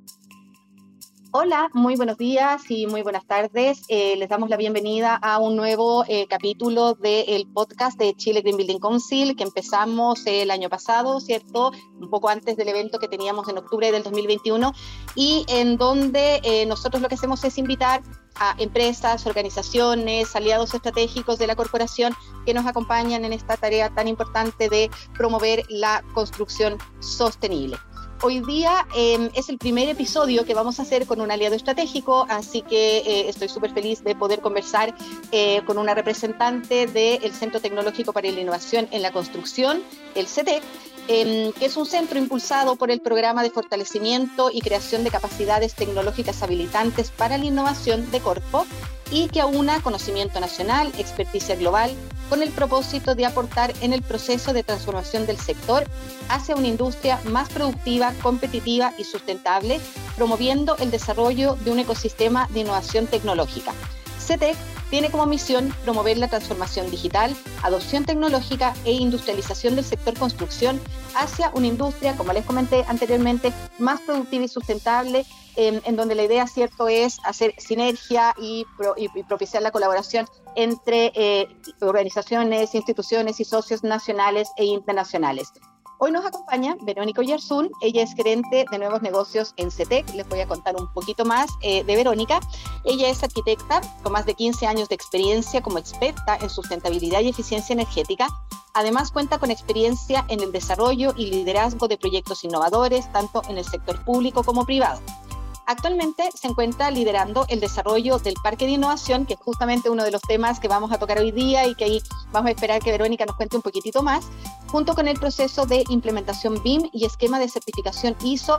Hola, muy buenos días y muy buenas tardes. Les damos la bienvenida a un nuevo capítulo del podcast de Chile Green Building Council que empezamos el año pasado, ¿cierto? Un poco antes del evento que teníamos en octubre del 2021 y en donde nosotros lo que hacemos es invitar a empresas, organizaciones, aliados estratégicos de la corporación que nos acompañan en esta tarea tan importante de promover la construcción sostenible. Hoy día es el primer episodio que vamos a hacer con un aliado estratégico, así que estoy súper feliz de poder conversar con una representante del Centro Tecnológico para la Innovación en la Construcción, el CETEC, que es un centro impulsado por el Programa de Fortalecimiento y Creación de Capacidades Tecnológicas Habilitantes para la Innovación de Corfo y que aúna conocimiento nacional, experticia global, con el propósito de aportar en el proceso de transformación del sector hacia una industria más productiva, competitiva y sustentable, promoviendo el desarrollo de un ecosistema de innovación tecnológica. CETEC tiene como misión promover la transformación digital, adopción tecnológica e industrialización del sector construcción hacia una industria, como les comenté anteriormente, más productiva y sustentable, en donde la idea, cierto, es hacer sinergia y propiciar la colaboración entre organizaciones, instituciones y socios nacionales e internacionales. Hoy nos acompaña Verónica Oyarzún, ella es gerente de nuevos negocios en CETEC. Les voy a contar un poquito más de Verónica. Ella es arquitecta con más de 15 años de experiencia como experta en sustentabilidad y eficiencia energética. Además cuenta con experiencia en el desarrollo y liderazgo de proyectos innovadores, tanto en el sector público como privado. Actualmente se encuentra liderando el desarrollo del Parque de Innovación, que es justamente uno de los temas que vamos a tocar hoy día y que ahí vamos a esperar que Verónica nos cuente un poquitito más, junto con el proceso de implementación BIM y esquema de certificación ISO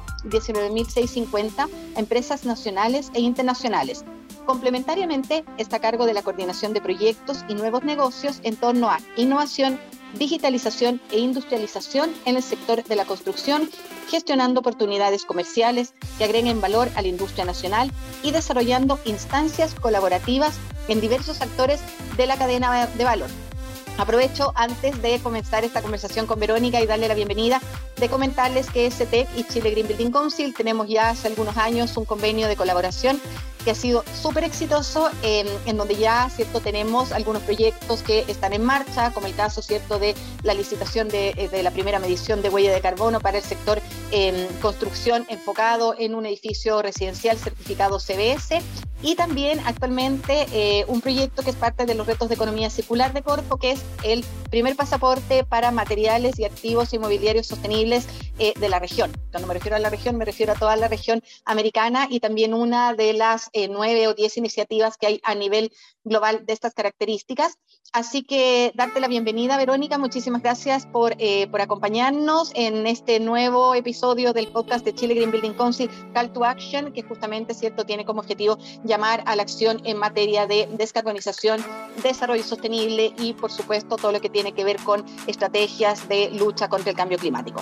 19650 a empresas nacionales e internacionales. Complementariamente, está a cargo de la coordinación de proyectos y nuevos negocios en torno a innovación, digitalización e industrialización en el sector de la construcción, gestionando oportunidades comerciales que agreguen valor a la industria nacional y desarrollando instancias colaborativas en diversos actores de la cadena de valor. Aprovecho, antes de comenzar esta conversación con Verónica y darle la bienvenida, de comentarles que CETEC y Chile Green Building Council tenemos ya hace algunos años un convenio de colaboración que ha sido súper exitoso, en donde ya, ¿cierto?, tenemos algunos proyectos que están en marcha, como el caso, ¿cierto?, de la licitación de la primera medición de huella de carbono para el sector construcción enfocado en un edificio residencial certificado CBS, y también actualmente un proyecto que es parte de los retos de economía circular de Corfo, que es el primer pasaporte para materiales y activos inmobiliarios sostenibles de la región. Cuando me refiero a la región, me refiero a toda la región americana, y también una de las 9 o 10 iniciativas que hay a nivel global de estas características. Así que darte la bienvenida, Verónica, muchísimas gracias por acompañarnos en este nuevo episodio del podcast de Chile Green Building Council, Call to Action, que justamente, ¿cierto?, tiene como objetivo llamar a la acción en materia de descarbonización, desarrollo sostenible y, por supuesto, todo lo que tiene que ver con estrategias de lucha contra el cambio climático.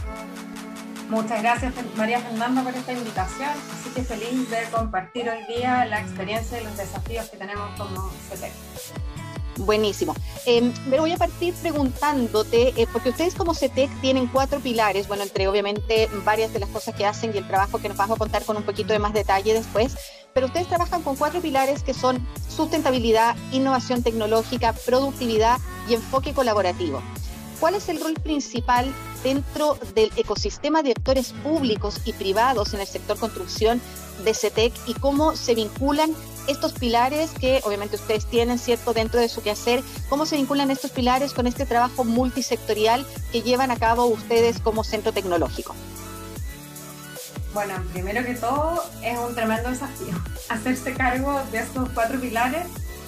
Muchas gracias, María Fernanda, por esta invitación. Así que feliz de compartir hoy día la experiencia y los desafíos que tenemos como CETEC. Buenísimo. Pero voy a partir preguntándote, porque ustedes como CETEC tienen 4 pilares, bueno, entre obviamente varias de las cosas que hacen y el trabajo que nos vas a contar con un poquito de más detalle después, pero ustedes trabajan con 4 pilares que son sustentabilidad, innovación tecnológica, productividad y enfoque colaborativo. ¿Cuál es el rol principal dentro del ecosistema de actores públicos y privados en el sector construcción de CETEC y cómo se vinculan estos pilares que obviamente ustedes tienen, ¿cierto?, dentro de su quehacer? ¿Cómo se vinculan estos pilares con este trabajo multisectorial que llevan a cabo ustedes como centro tecnológico? Bueno, primero que todo, es un tremendo desafío. Hacerse cargo de estos 4 pilares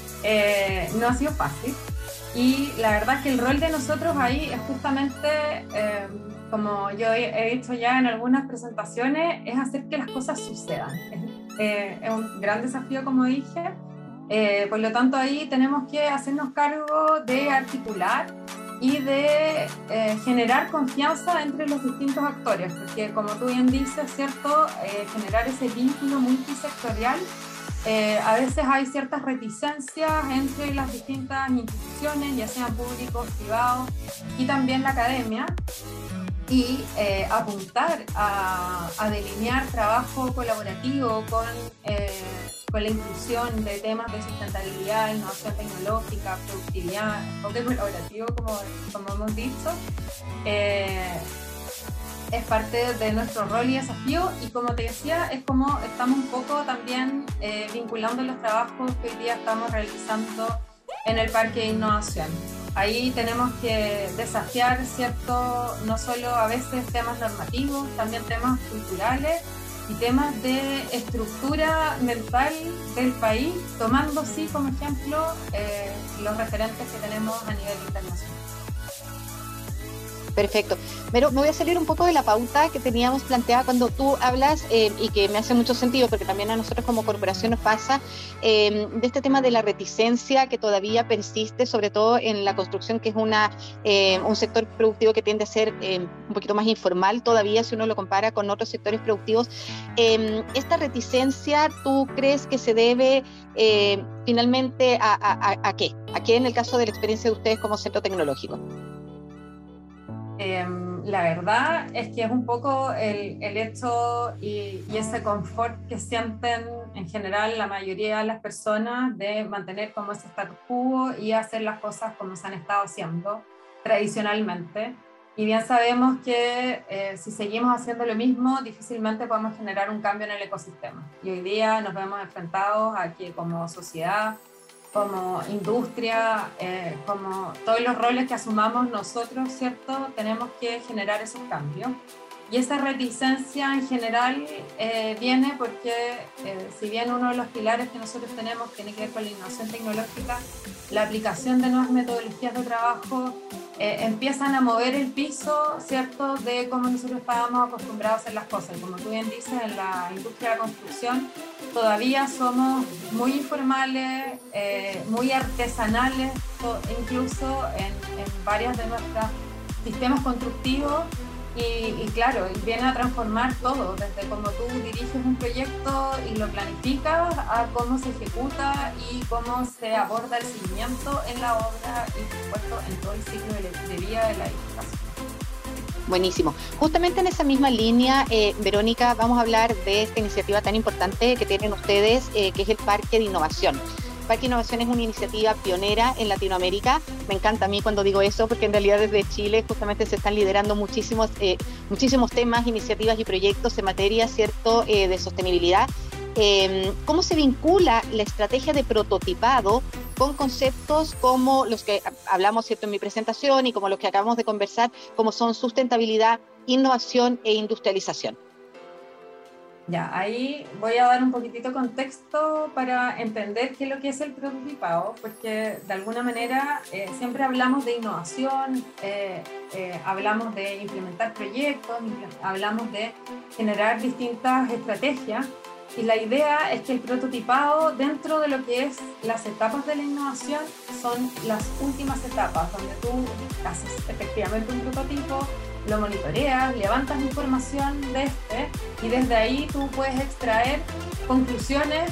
no ha sido fácil. Y la verdad es que el rol de nosotros ahí es justamente, como yo he dicho ya en algunas presentaciones, es hacer que las cosas sucedan. Es un gran desafío, como dije. Por lo tanto, ahí tenemos que hacernos cargo de articular y de generar confianza entre los distintos actores, porque como tú bien dices, ¿cierto?, generar ese vínculo multisectorial. A veces hay ciertas reticencias entre las distintas instituciones, ya sean públicos, privados y también la academia. y apuntar a delinear trabajo colaborativo con la inclusión de temas de sustentabilidad, innovación tecnológica, productividad, enfoque colaborativo, como hemos dicho, es parte de nuestro rol y desafío, y como te decía, es como estamos un poco también vinculando los trabajos que hoy día estamos realizando en el Parque de Innovación. Ahí tenemos que desafiar, ¿cierto?, no solo a veces temas normativos, también temas culturales y temas de estructura mental del país, tomando sí como ejemplo los referentes que tenemos a nivel internacional. Perfecto. Pero me voy a salir un poco de la pauta que teníamos planteada cuando tú hablas y que me hace mucho sentido, porque también a nosotros como corporación nos pasa, de este tema de la reticencia que todavía persiste, sobre todo en la construcción, que es un sector productivo que tiende a ser un poquito más informal todavía si uno lo compara con otros sectores productivos. ¿Esta reticencia tú crees que se debe finalmente a qué? ¿A qué en el caso de la experiencia de ustedes como centro tecnológico? La verdad es que es un poco el hecho y ese confort que sienten en general la mayoría de las personas de mantener como ese status quo y hacer las cosas como se han estado haciendo tradicionalmente. Y bien sabemos que si seguimos haciendo lo mismo, difícilmente podemos generar un cambio en el ecosistema. Y hoy día nos vemos enfrentados a que como sociedad, como industria, como todos los roles que asumamos nosotros, ¿cierto?, tenemos que generar esos cambios. Y esa reticencia en general viene porque si bien uno de los pilares que nosotros tenemos tiene que ver con la innovación tecnológica, la aplicación de nuevas metodologías de trabajo empiezan a mover el piso, ¿cierto?, de cómo nosotros estábamos acostumbrados a hacer las cosas. Y como tú bien dices, en la industria de la construcción todavía somos muy informales, muy artesanales, incluso en varias de nuestros sistemas constructivos. Y claro, viene a transformar todo, desde cómo tú diriges un proyecto y lo planificas, a cómo se ejecuta y cómo se aborda el seguimiento en la obra y, por supuesto, en todo el ciclo de vida de la edificación. Buenísimo. Justamente en esa misma línea, Verónica, vamos a hablar de esta iniciativa tan importante que tienen ustedes, que es el Parque de Innovación. Parque de Innovación es una iniciativa pionera en Latinoamérica. Me encanta a mí cuando digo eso, porque en realidad desde Chile justamente se están liderando muchísimos temas, iniciativas y proyectos en materia, ¿cierto?, de sostenibilidad. ¿Cómo se vincula la estrategia de prototipado con conceptos como los que hablamos, ¿cierto?, en mi presentación y como los que acabamos de conversar, como son sustentabilidad, innovación e industrialización? Ya, ahí voy a dar un poquitito de contexto para entender qué es lo que es el prototipado, porque de alguna manera siempre hablamos de innovación, hablamos de implementar proyectos, hablamos de generar distintas estrategias, y la idea es que el prototipado, dentro de lo que es las etapas de la innovación, son las últimas etapas, donde tú haces efectivamente un prototipo, lo monitoreas, levantas información de y desde ahí tú puedes extraer conclusiones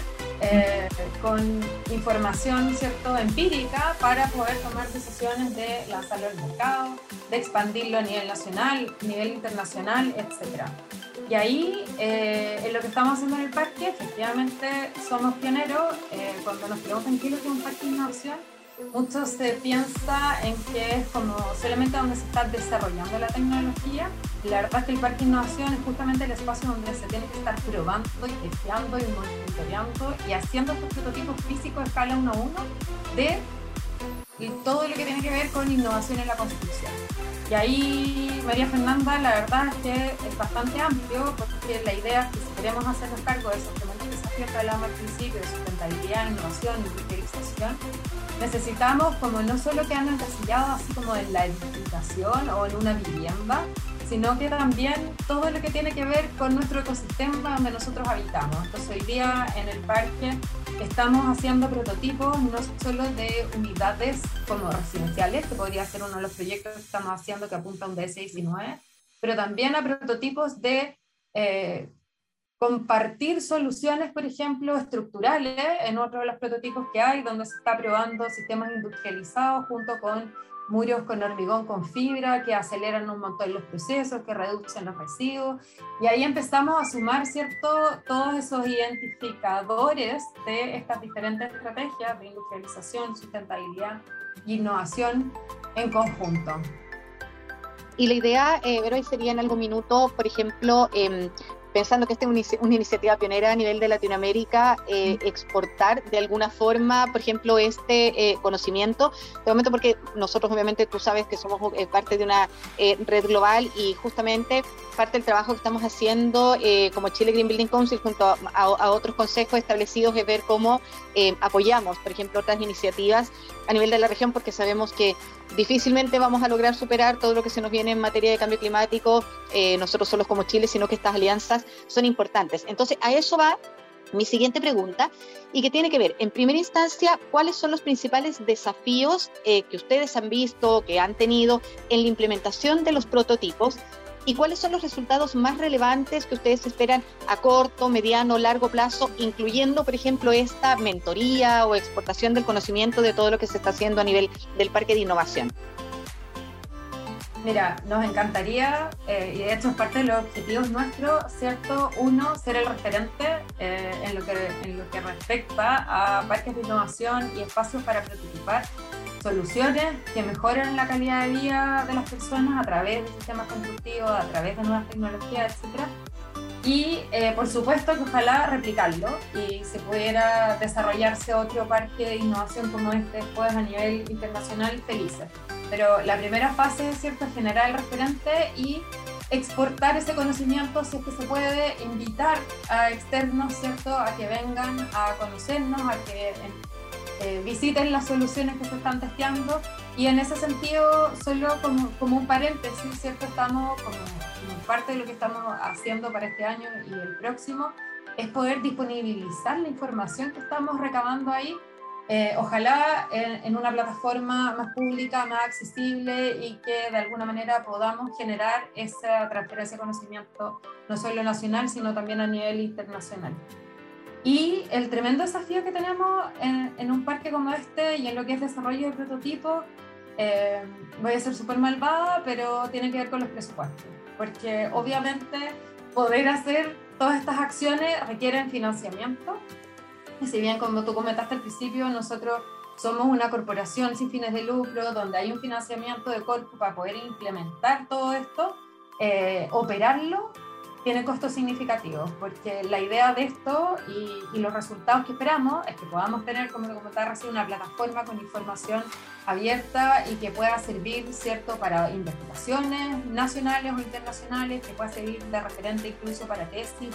con información, ¿cierto?, empírica para poder tomar decisiones de lanzarlo al mercado, de expandirlo a nivel nacional, a nivel internacional, etc. Y ahí, en lo que estamos haciendo en el parque, efectivamente somos pioneros. Cuando nos preguntan qué es lo que es un parque de innovación, mucho se piensa en que es como solamente donde se está desarrollando la tecnología. Y la verdad es que el Parque de Innovación es justamente el espacio donde se tiene que estar probando y testeando y monitoreando y haciendo estos prototipos físicos de escala 1 a 1 de todo lo que tiene que ver con innovación en la construcción. Y ahí, María Fernanda, la verdad es que es bastante amplio, porque la idea es que si queremos hacernos cargo de esos tremendos desafíos que hablábamos al principio, de sustentabilidad, innovación, industrialización, necesitamos como no solo quedarnos encasillados así como en la edificación o en una vivienda, sino que también todo lo que tiene que ver con nuestro ecosistema donde nosotros habitamos. Entonces hoy día en el parque estamos haciendo prototipos no solo de unidades como residenciales, que podría ser uno de los proyectos que estamos haciendo que apunta a un DS19, pero también a prototipos de compartir soluciones, por ejemplo, estructurales, en otro de los prototipos que hay, donde se está probando sistemas industrializados junto con muros con hormigón con fibra que aceleran un montón los procesos, que reducen los residuos. Y ahí empezamos a sumar, ¿cierto?, todos esos identificadores de estas diferentes estrategias de industrialización, sustentabilidad e innovación en conjunto. Y la idea, Vero, sería en algún minuto, por ejemplo, pensando que esta es una iniciativa pionera a nivel de Latinoamérica, exportar de alguna forma, por ejemplo, este conocimiento, de momento porque nosotros obviamente tú sabes que somos parte de una red global y justamente parte del trabajo que estamos haciendo como Chile Green Building Council junto a otros consejos establecidos es ver cómo apoyamos, por ejemplo, otras iniciativas a nivel de la región, porque sabemos que difícilmente vamos a lograr superar todo lo que se nos viene en materia de cambio climático, nosotros solos como Chile, sino que estas alianzas son importantes. Entonces, a eso va mi siguiente pregunta, y que tiene que ver, en primera instancia, ¿cuáles son los principales desafíos que ustedes han visto, que han tenido en la implementación de los prototipos? ¿Y cuáles son los resultados más relevantes que ustedes esperan a corto, mediano, largo plazo, incluyendo, por ejemplo, esta mentoría o exportación del conocimiento de todo lo que se está haciendo a nivel del Parque de Innovación? Mira, nos encantaría, y de hecho es parte de los objetivos nuestros, ¿cierto? Uno, ser el referente en lo que respecta a parques de innovación y espacios para prototipar soluciones que mejoren la calidad de vida de las personas a través de sistemas constructivos, a través de nuevas tecnologías, etc. Y por supuesto que ojalá replicarlo y se pudiera desarrollarse otro parque de innovación como este después a nivel internacional, felices. Pero la primera fase es, ¿cierto?, generar el referente y exportar ese conocimiento, si es que se puede, invitar a externos, ¿cierto?, a que vengan a conocernos, a que visiten las soluciones que se están testeando. Y en ese sentido, solo como un paréntesis, ¿cierto?, estamos como parte de lo que estamos haciendo para este año y el próximo, es poder disponibilizar la información que estamos recabando ahí, ojalá en una plataforma más pública, más accesible, y que de alguna manera podamos generar esa transferencia de conocimiento no solo nacional, sino también a nivel internacional. Y el tremendo desafío que tenemos en un parque como este y en lo que es desarrollo de prototipos, voy a ser súper malvada, pero tiene que ver con los presupuestos, porque obviamente poder hacer todas estas acciones requieren financiamiento. Y si bien, como tú comentaste al principio, nosotros somos una corporación sin fines de lucro, donde hay un financiamiento de Corfo para poder implementar todo esto, operarlo tiene costos significativos, porque la idea de esto y los resultados que esperamos es que podamos tener, como te comentaba recién, una plataforma con información abierta y que pueda servir, ¿cierto?, para investigaciones nacionales o internacionales, que pueda servir de referente incluso para tesis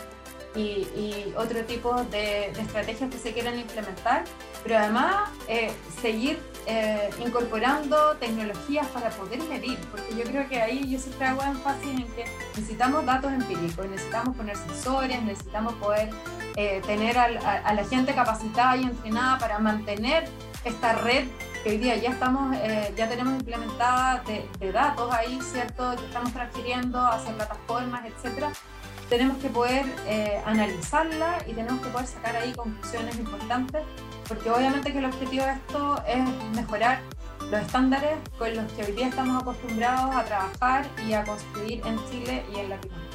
y otro tipo de estrategias que se quieran implementar, pero además seguir incorporando tecnologías para poder medir, porque yo creo que ahí yo siempre hago énfasis en que necesitamos datos empíricos, necesitamos poner sensores, necesitamos poder tener a la gente capacitada y entrenada para mantener esta red que hoy día ya tenemos implementada de datos ahí, ¿cierto?, que estamos transfiriendo hacia plataformas, etcétera. Tenemos que poder analizarla y tenemos que poder sacar ahí conclusiones importantes, porque obviamente que el objetivo de esto es mejorar los estándares con los que hoy día estamos acostumbrados a trabajar y a construir en Chile y en Latinoamérica.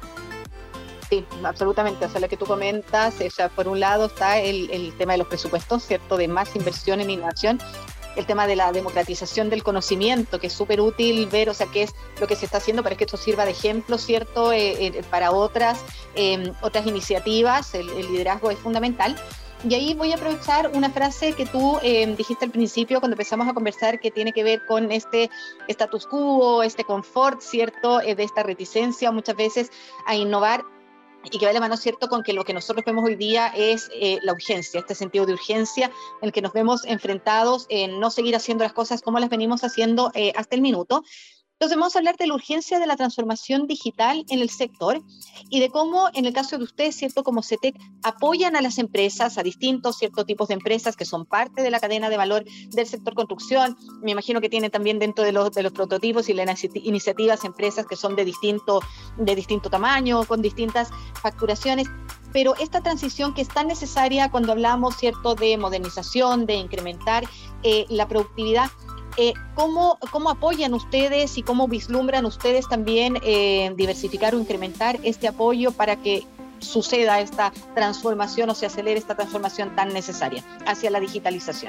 Sí, absolutamente. O sea, lo que tú comentas, o sea, por un lado está el tema de los presupuestos, ¿cierto?, de más inversión en innovación, el tema de la democratización del conocimiento, que es súper útil ver, o sea, qué es lo que se está haciendo para que esto sirva de ejemplo, ¿cierto?, para otras iniciativas. El liderazgo es fundamental. Y ahí voy a aprovechar una frase que tú dijiste al principio cuando empezamos a conversar, que tiene que ver con este status quo, este confort, ¿cierto?, de esta reticencia muchas veces a innovar, y que va de la mano, ¿cierto?, con que lo que nosotros vemos hoy día es la urgencia, este sentido de urgencia en el que nos vemos enfrentados en no seguir haciendo las cosas como las venimos haciendo hasta el minuto. Entonces vamos a hablar de la urgencia de la transformación digital en el sector y de cómo, en el caso de ustedes, ¿cierto?, como CETEC, apoyan a las empresas, a distintos ciertos tipos de empresas que son parte de la cadena de valor del sector construcción. Me imagino que tienen también dentro de los prototipos y las iniciativas empresas que son de distinto tamaño, con distintas facturaciones. Pero esta transición que es tan necesaria cuando hablamos, ¿cierto?, de modernización, de incrementar la productividad, ¿Cómo apoyan ustedes y cómo vislumbran ustedes también diversificar o incrementar este apoyo para que suceda esta transformación o se acelere esta transformación tan necesaria hacia la digitalización?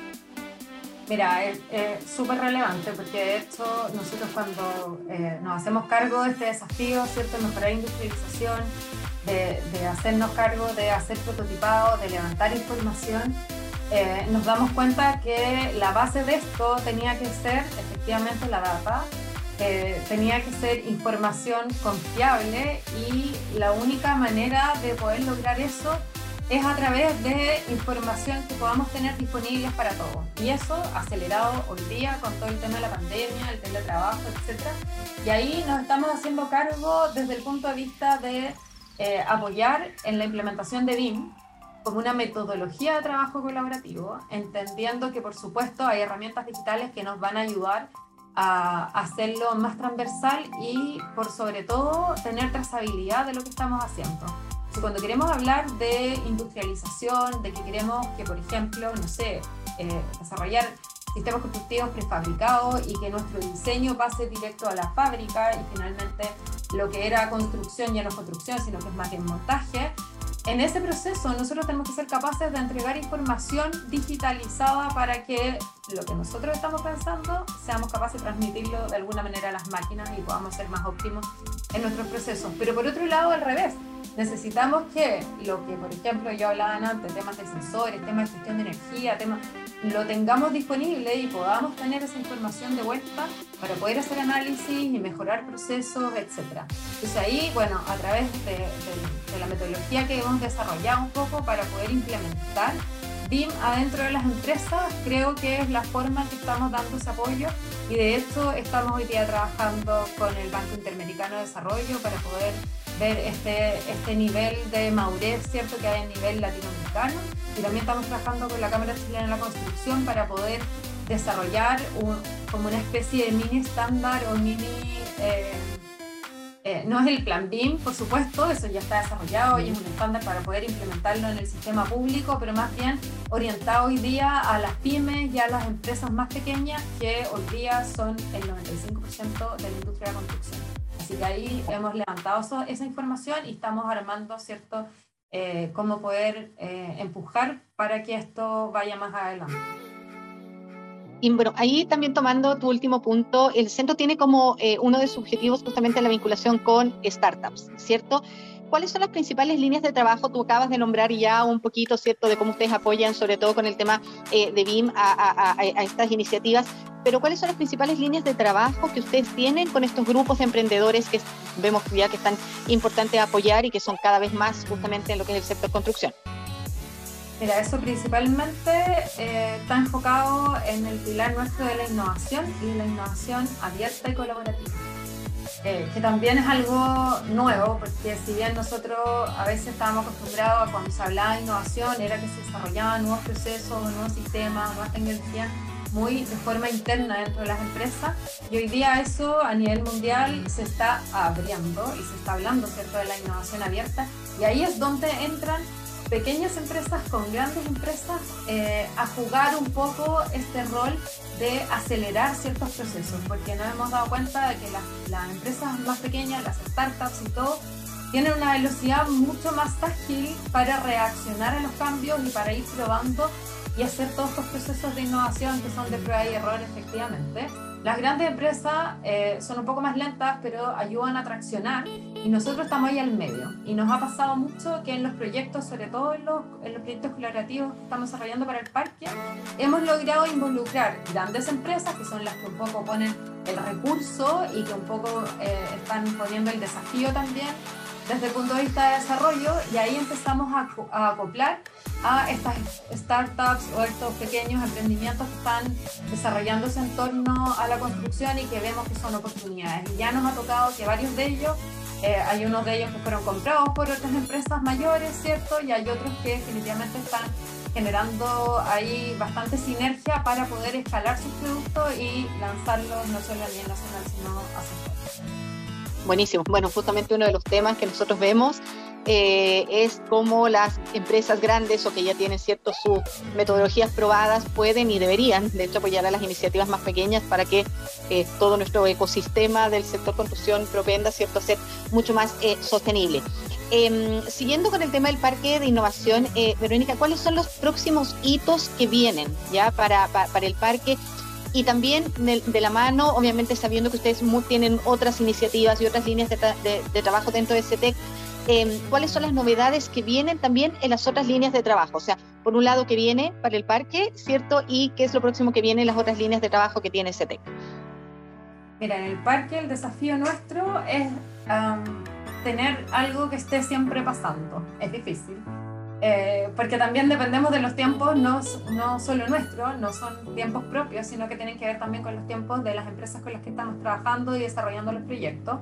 Mira, es súper relevante porque de hecho nosotros cuando nos hacemos cargo de este desafío, ¿cierto? Mejorar industrialización, de hacernos cargo de hacer prototipado, de levantar información, nos damos cuenta que la base de esto tenía que ser efectivamente la data, tenía que ser información confiable y la única manera de poder lograr eso es a través de información que podamos tener disponibles para todos. Y eso acelerado hoy día con todo el tema de la pandemia, el teletrabajo, etc. Y ahí nos estamos haciendo cargo desde el punto de vista de apoyar en la implementación de BIM como una metodología de trabajo colaborativo, entendiendo que por supuesto hay herramientas digitales que nos van a ayudar a hacerlo más transversal y por sobre todo tener trazabilidad de lo que estamos haciendo. Cuando queremos hablar de industrialización, de que queremos que, por ejemplo, no sé, desarrollar sistemas constructivos prefabricados y que nuestro diseño pase directo a la fábrica y finalmente lo que era construcción ya no es construcción, sino que es más bien montaje, en ese proceso nosotros tenemos que ser capaces de entregar información digitalizada para que lo que nosotros estamos pensando seamos capaces de transmitirlo de alguna manera a las máquinas y podamos ser más óptimos en nuestros procesos. Pero por otro lado, al revés, necesitamos que lo que, por ejemplo, yo hablaba antes, temas de sensores, temas de gestión de energía, lo tengamos disponible y podamos tener esa información de vuelta para poder hacer análisis y mejorar procesos, etc. Entonces ahí, bueno, a través de la metodología que hemos desarrollado un poco para poder implementar BIM adentro de las empresas, creo que es la forma en que estamos dando ese apoyo y de hecho estamos hoy día trabajando con el Banco Interamericano de Desarrollo para poder ver este nivel de madurez, ¿cierto?, que hay a nivel latinoamericano, y también estamos trabajando con la Cámara Chilena de la Construcción para poder desarrollar como una especie de mini estándar o no es el plan BIM, por supuesto, eso ya está desarrollado y es un estándar para poder implementarlo en el sistema público, pero más bien orientado hoy día a las pymes y a las empresas más pequeñas que hoy día son el 95% de la industria de la construcción. Así que ahí hemos levantado esa información y estamos armando, ¿cierto?, cómo poder empujar para que esto vaya más adelante. Y bueno, ahí también tomando tu último punto, el centro tiene como uno de sus objetivos justamente la vinculación con startups, ¿cierto? ¿Cuáles son las principales líneas de trabajo? Tú acabas de nombrar ya un poquito, ¿cierto?, de cómo ustedes apoyan, sobre todo con el tema de BIM, a estas iniciativas, pero ¿cuáles son las principales líneas de trabajo que ustedes tienen con estos grupos de emprendedores que vemos ya que están importantes a apoyar y que son cada vez más justamente en lo que es el sector construcción? Mira, eso principalmente está enfocado en el pilar nuestro de la innovación y la innovación abierta y colaborativa, que también es algo nuevo, porque si bien nosotros a veces estábamos acostumbrados a cuando se hablaba de innovación era que se desarrollaban nuevos procesos, nuevos sistemas, nuevas tecnologías muy de forma interna dentro de las empresas, y hoy día eso a nivel mundial se está abriendo y se está hablando, ¿cierto?, de la innovación abierta, y ahí es donde entran pequeñas empresas con grandes empresas a jugar un poco este rol de acelerar ciertos procesos, porque nos hemos dado cuenta de que las empresas más pequeñas, las startups y todo, tienen una velocidad mucho más ágil para reaccionar a los cambios y para ir probando y hacer todos estos procesos de innovación que son de prueba y error efectivamente. Las grandes empresas son un poco más lentas, pero ayudan a traccionar y nosotros estamos ahí al medio. Y nos ha pasado mucho que en los proyectos, sobre todo en los proyectos colaborativos que estamos desarrollando para el parque, hemos logrado involucrar grandes empresas, que son las que un poco ponen el recurso y que un poco están poniendo el desafío también desde el punto de vista de desarrollo, y ahí empezamos a acoplar a estas startups o estos pequeños emprendimientos que están desarrollándose en torno a la construcción y que vemos que son oportunidades. Y ya nos ha tocado que varios de ellos, hay unos de ellos que fueron comprados por otras empresas mayores, ¿cierto? Y hay otros que definitivamente están generando ahí bastante sinergia para poder escalar sus productos y lanzarlos no solo a nivel nacional, sino hacia afuera. Buenísimo. Bueno, justamente uno de los temas que nosotros vemos es cómo las empresas grandes o que ya tienen ciertas sus metodologías probadas pueden y deberían, de hecho, apoyar a las iniciativas más pequeñas para que todo nuestro ecosistema del sector construcción propenda, ¿cierto?, a ser mucho más sostenible. Siguiendo con el tema del parque de innovación, Verónica, ¿cuáles son los próximos hitos que vienen ya para el parque? Y también de la mano, obviamente sabiendo que ustedes tienen otras iniciativas y otras líneas de trabajo dentro de CETEC, ¿cuáles son las novedades que vienen también en las otras líneas de trabajo? O sea, por un lado, ¿qué viene para el parque, cierto? Y ¿qué es lo próximo que viene en las otras líneas de trabajo que tiene CETEC? Mira, en el parque el desafío nuestro es tener algo que esté siempre pasando. Es difícil. Porque también dependemos de los tiempos, no solo nuestros, no son tiempos propios, sino que tienen que ver también con los tiempos de las empresas con las que estamos trabajando y desarrollando los proyectos.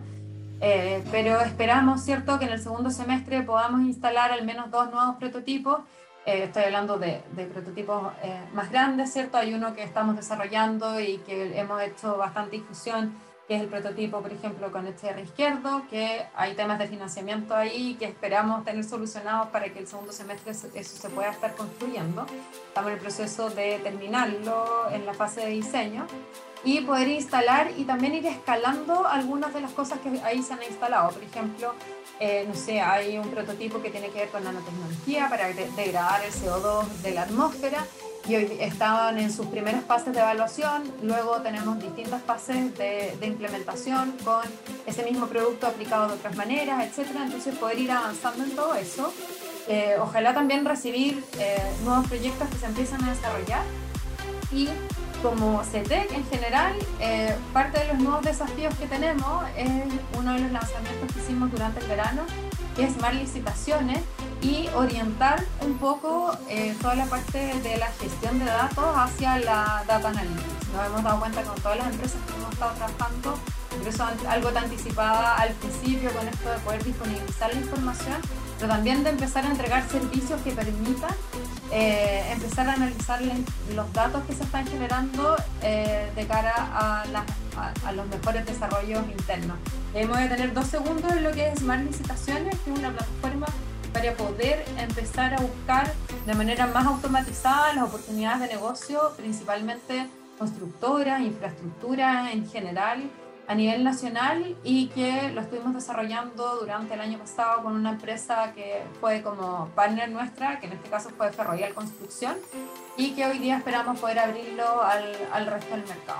Pero esperamos, ¿cierto?, que en el segundo semestre podamos instalar al menos 2 nuevos prototipos. Estoy hablando de prototipos más grandes, ¿cierto? Hay uno que estamos desarrollando y que hemos hecho bastante difusión, que es el prototipo, por ejemplo, con el cierre izquierdo, que hay temas de financiamiento ahí que esperamos tener solucionados para que el segundo semestre eso se pueda estar construyendo. Estamos en el proceso de terminarlo en la fase de diseño y poder instalar y también ir escalando algunas de las cosas que ahí se han instalado. Por ejemplo, no sé, hay un prototipo que tiene que ver con nanotecnología para degradar el CO2 de la atmósfera, y hoy estaban en sus primeras fases de evaluación. Luego tenemos distintas fases de implementación con ese mismo producto aplicado de otras maneras, etcétera. Entonces poder ir avanzando en todo eso. Ojalá también recibir nuevos proyectos que se empiezan a desarrollar. Y como CETEC en general, parte de los nuevos desafíos que tenemos es uno de los lanzamientos que hicimos durante el verano, que es más licitaciones y orientar un poco toda la parte de la gestión de datos hacia la data analytics. Nos hemos dado cuenta con todas las empresas que hemos estado trabajando, por eso algo te anticipaba al principio con esto de poder disponibilizar la información, pero también de empezar a entregar servicios que permitan empezar a analizar los datos que se están generando de cara a los mejores desarrollos internos. Voy a tener 2 segundos en lo que es Smart Licitaciones, que es una plataforma para poder empezar a buscar de manera más automatizada las oportunidades de negocio, principalmente constructoras, infraestructura en general, a nivel nacional, y que lo estuvimos desarrollando durante el año pasado con una empresa que fue como partner nuestra, que en este caso fue Ferrovial Construcción, y que hoy día esperamos poder abrirlo al resto del mercado.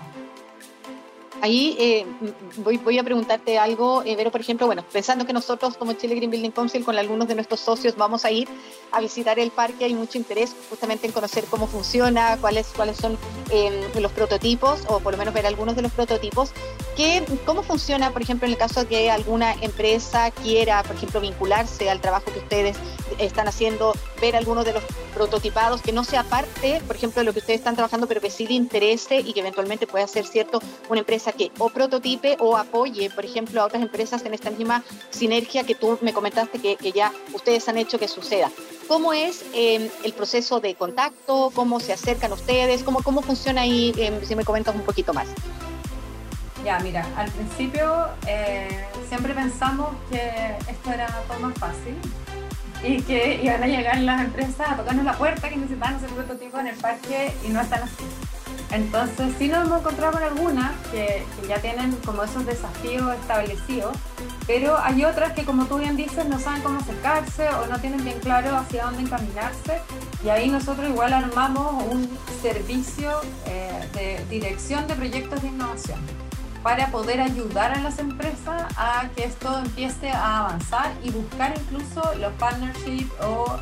Ahí voy a preguntarte algo, Vero, por ejemplo, bueno, pensando que nosotros como Chile Green Building Council con algunos de nuestros socios vamos a ir a visitar el parque, hay mucho interés justamente en conocer cómo funciona, cuáles son los prototipos, o por lo menos ver algunos de los prototipos. ¿Cómo funciona, por ejemplo, en el caso de que alguna empresa quiera, por ejemplo, vincularse al trabajo que ustedes están haciendo, ver algunos de los prototipados, que no sea parte, por ejemplo, de lo que ustedes están trabajando, pero que sí le interese y que eventualmente pueda ser, cierto, una empresa que o prototipe o apoye, por ejemplo, a otras empresas en esta misma sinergia que tú me comentaste que ya ustedes han hecho que suceda? ¿Cómo es el proceso de contacto? ¿Cómo se acercan ustedes? ¿Cómo funciona ahí? Si me comentas un poquito más. Ya, mira, al principio siempre pensamos que esto era todo más fácil y que iban a llegar las empresas a tocarnos la puerta, que necesitaban hacer prototipo en el parque, y no están así. Entonces sí nos hemos encontrado con algunas que ya tienen como esos desafíos establecidos, pero hay otras que, como tú bien dices, no saben cómo acercarse o no tienen bien claro hacia dónde encaminarse, y ahí nosotros igual armamos un servicio de dirección de proyectos de innovación para poder ayudar a las empresas a que esto empiece a avanzar y buscar incluso los partnerships o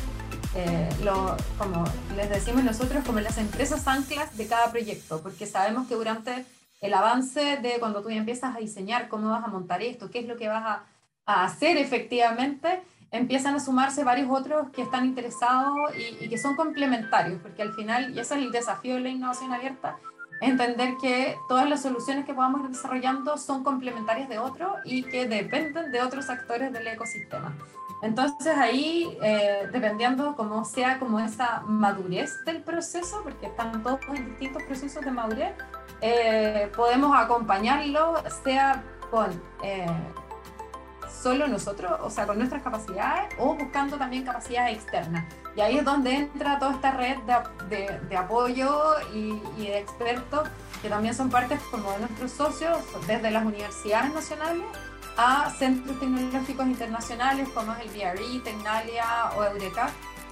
como les decimos nosotros, como las empresas anclas de cada proyecto, porque sabemos que durante el avance de cuando tú ya empiezas a diseñar cómo vas a montar esto, qué es lo que vas a hacer efectivamente, empiezan a sumarse varios otros que están interesados y que son complementarios, porque al final, y ese es el desafío de la innovación abierta, entender que todas las soluciones que podamos ir desarrollando son complementarias de otros y que dependen de otros actores del ecosistema. Entonces ahí, dependiendo cómo sea como esa madurez del proceso, porque están todos en distintos procesos de madurez, podemos acompañarlo, sea con solo nosotros, o sea, con nuestras capacidades, o buscando también capacidades externas. Y ahí es donde entra toda esta red de apoyo y de expertos, que también son partes como de nuestros socios, desde las universidades nacionales a centros tecnológicos internacionales como es el BRI, Tecnalia o Eureka.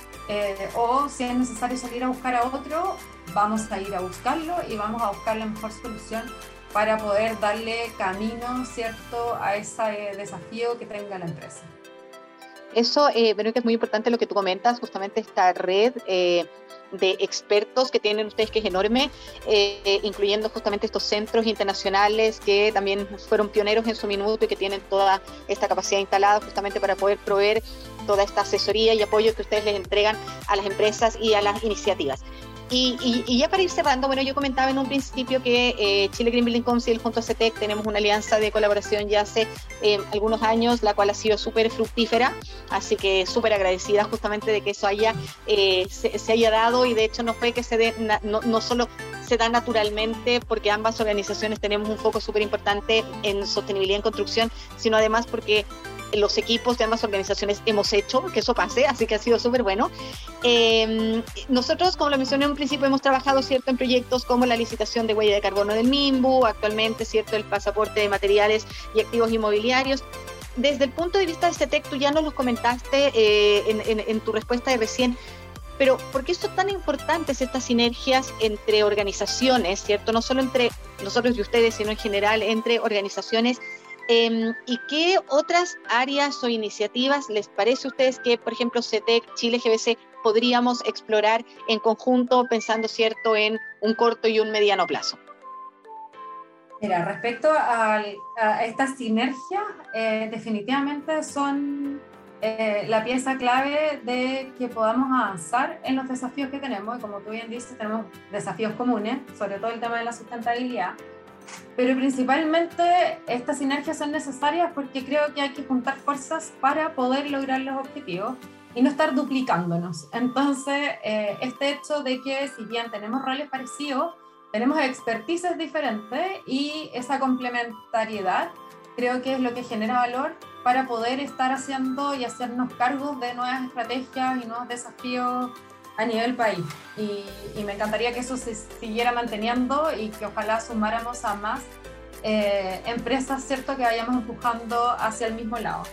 O si es necesario salir a buscar a otro, vamos a ir a buscarlo y vamos a buscar la mejor solución para poder darle camino, ¿cierto?, a ese desafío que tenga la empresa. Eso, creo que es muy importante lo que tú comentas, justamente esta red de expertos que tienen ustedes, que es enorme, incluyendo justamente estos centros internacionales que también fueron pioneros en su minuto y que tienen toda esta capacidad instalada justamente para poder proveer toda esta asesoría y apoyo que ustedes les entregan a las empresas y a las iniciativas. Y ya para ir cerrando, bueno, yo comentaba en un principio que Chile Green Building Council junto a CETEC tenemos una alianza de colaboración ya hace algunos años, la cual ha sido súper fructífera, así que súper agradecida justamente de que eso se haya dado, y de hecho no fue que se dé, no solo se da naturalmente porque ambas organizaciones tenemos un foco súper importante en sostenibilidad en construcción, sino además porque los equipos de ambas organizaciones hemos hecho que eso pase, así que ha sido súper bueno. Nosotros, como lo mencioné en un principio, hemos trabajado, ¿cierto?, en proyectos como la licitación de huella de carbono del MIMBU, actualmente, ¿cierto?, el pasaporte de materiales y activos inmobiliarios. Desde el punto de vista de CETEC, tú ya nos lo comentaste en tu respuesta de recién, pero ¿por qué son tan importantes estas sinergias entre organizaciones, ¿cierto?, no solo entre nosotros y ustedes, sino en general entre organizaciones? ¿Y qué otras áreas o iniciativas les parece a ustedes que, por ejemplo, CETEC, Chile GBC, podríamos explorar en conjunto, pensando, ¿cierto?, en un corto y un mediano plazo? Mira, respecto a estas sinergias, definitivamente son la pieza clave de que podamos avanzar en los desafíos que tenemos. Y como tú bien dices, tenemos desafíos comunes, sobre todo el tema de la sustentabilidad. Pero principalmente estas sinergias son necesarias porque creo que hay que juntar fuerzas para poder lograr los objetivos y no estar duplicándonos. Entonces, este hecho de que si bien tenemos roles parecidos, tenemos expertices diferentes, y esa complementariedad creo que es lo que genera valor para poder estar haciendo y hacernos cargo de nuevas estrategias y nuevos desafíos a nivel país, y me encantaría que eso se siguiera manteniendo y que ojalá sumáramos a más empresas, ¿cierto?, que vayamos empujando hacia el mismo lado.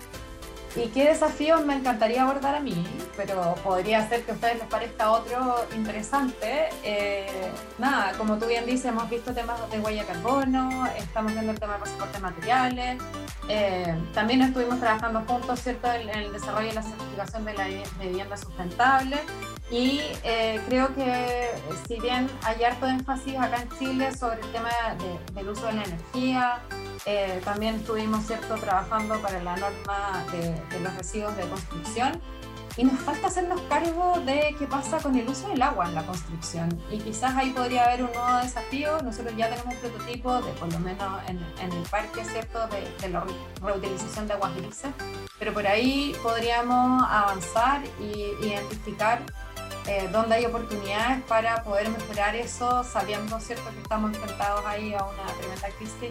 ¿Y qué desafíos me encantaría abordar a mí? Pero podría ser que a ustedes les parezca otro interesante. Nada, como tú bien dices, hemos visto temas de huella de carbono, estamos viendo el tema de pasaporte de materiales, también estuvimos trabajando juntos, ¿cierto?, en el desarrollo y la certificación de vivienda sustentable, y creo que si bien hay harto énfasis acá en Chile sobre el tema del uso de la energía, también estuvimos, ¿cierto?, trabajando para la norma de los residuos de construcción, y nos falta hacernos cargo de qué pasa con el uso del agua en la construcción, y quizás ahí podría haber un nuevo desafío. Nosotros ya tenemos un prototipo de, por lo menos en el parque, ¿cierto?, de la reutilización de aguas grises, pero por ahí podríamos avanzar y identificar dónde hay oportunidades para poder mejorar eso, sabiendo, ¿cierto?, que estamos enfrentados ahí a una tremenda crisis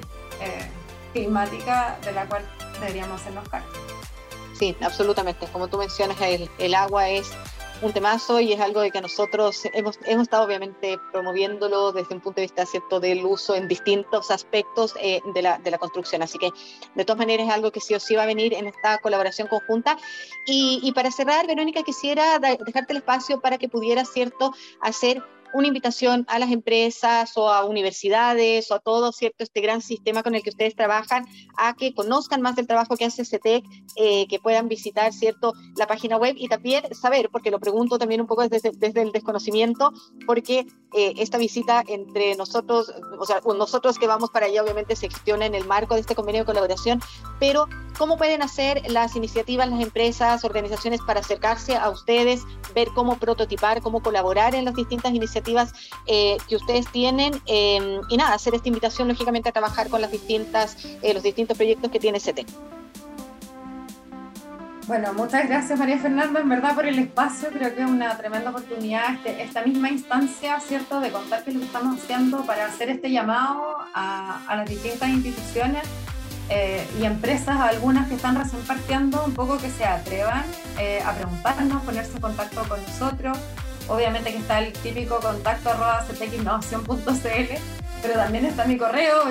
climática de la cual deberíamos hacernos cargo. Sí, absolutamente. Como tú mencionas, el agua es un temazo y es algo de que nosotros hemos estado obviamente promoviéndolo desde un punto de vista, ¿cierto?, del uso en distintos aspectos de la construcción. Así que de todas maneras es algo que sí o sí va a venir en esta colaboración conjunta. Y para cerrar, Verónica, quisiera dejarte el espacio para que pudieras, ¿cierto?, hacer una invitación a las empresas o a universidades o a todo, ¿cierto?, este gran sistema con el que ustedes trabajan, a que conozcan más del trabajo que hace CETEC, que puedan visitar, ¿cierto?, la página web, y también saber, porque lo pregunto también un poco desde el desconocimiento, porque esta visita entre nosotros, o sea, nosotros que vamos para allá obviamente se gestiona en el marco de este convenio de colaboración, pero ¿cómo pueden hacer las iniciativas, las empresas, organizaciones para acercarse a ustedes, ver cómo prototipar, cómo colaborar en las distintas iniciativas que ustedes tienen, y nada, hacer esta invitación lógicamente a trabajar con los distintos proyectos que tiene CETEC? Bueno, muchas gracias, María Fernanda, en verdad, por el espacio. Creo que es una tremenda oportunidad esta misma instancia, ¿cierto?, de contar qué es lo que estamos haciendo para hacer este llamado a las distintas instituciones y empresas, algunas que están recién partiendo, un poco que se atrevan a preguntarnos, ponerse en contacto con nosotros. Obviamente que está el típico contacto@ctxinnovacion.cl, pero también está mi correo,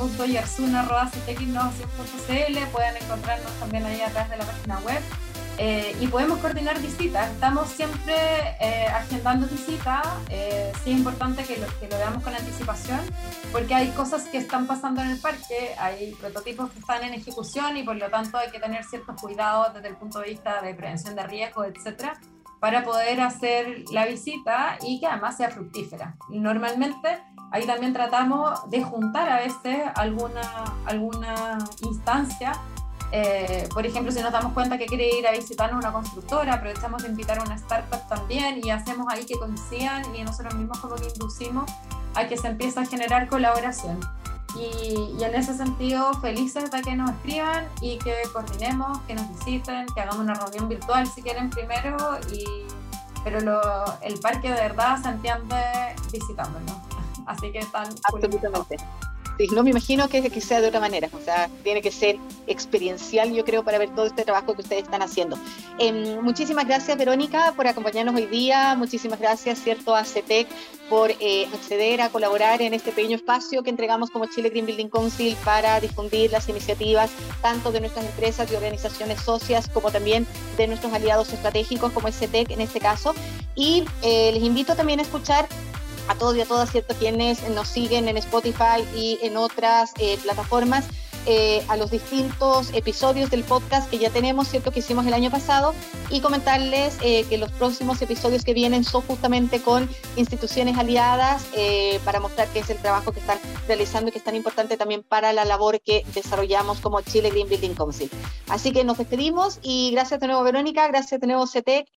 veronica.yarzuna@ctxinnovacion.cl. Pueden encontrarnos también ahí a través de la página web. Y podemos coordinar visitas. Estamos siempre agendando visitas. Sí es importante que lo veamos con anticipación, porque hay cosas que están pasando en el parque, hay prototipos que están en ejecución y por lo tanto hay que tener ciertos cuidados desde el punto de vista de prevención de riesgos, etcétera, para poder hacer la visita y que además sea fructífera. Y normalmente ahí también tratamos de juntar a veces alguna instancia. Por ejemplo, si nos damos cuenta que quiere ir a visitar una constructora, aprovechamos de invitar a una startup también y hacemos ahí que coincidan y nosotros mismos como que inducimos a que se empiece a generar colaboración. Y en ese sentido, felices de que nos escriban y que coordinemos, que nos visiten, que hagamos una reunión virtual si quieren primero, pero el parque de verdad se entiende visitándonos. Así que están... Absolutamente. Sí, no me imagino que sea de otra manera, o sea, tiene que ser experiencial, yo creo, para ver todo este trabajo que ustedes están haciendo. Muchísimas gracias, Verónica, por acompañarnos hoy día. Muchísimas gracias, ¿cierto?, a CETEC por acceder a colaborar en este pequeño espacio que entregamos como Chile Green Building Council para difundir las iniciativas tanto de nuestras empresas y organizaciones socias como también de nuestros aliados estratégicos como es CETEC en este caso. Y les invito también a escuchar a todos y a todas, ¿cierto?, quienes nos siguen en Spotify y en otras plataformas, a los distintos episodios del podcast que ya tenemos, ¿cierto?, que hicimos el año pasado, y comentarles que los próximos episodios que vienen son justamente con instituciones aliadas para mostrar qué es el trabajo que están realizando y que es tan importante también para la labor que desarrollamos como Chile Green Building Council. Así que nos despedimos y gracias de nuevo, Verónica, gracias de nuevo, CETEC.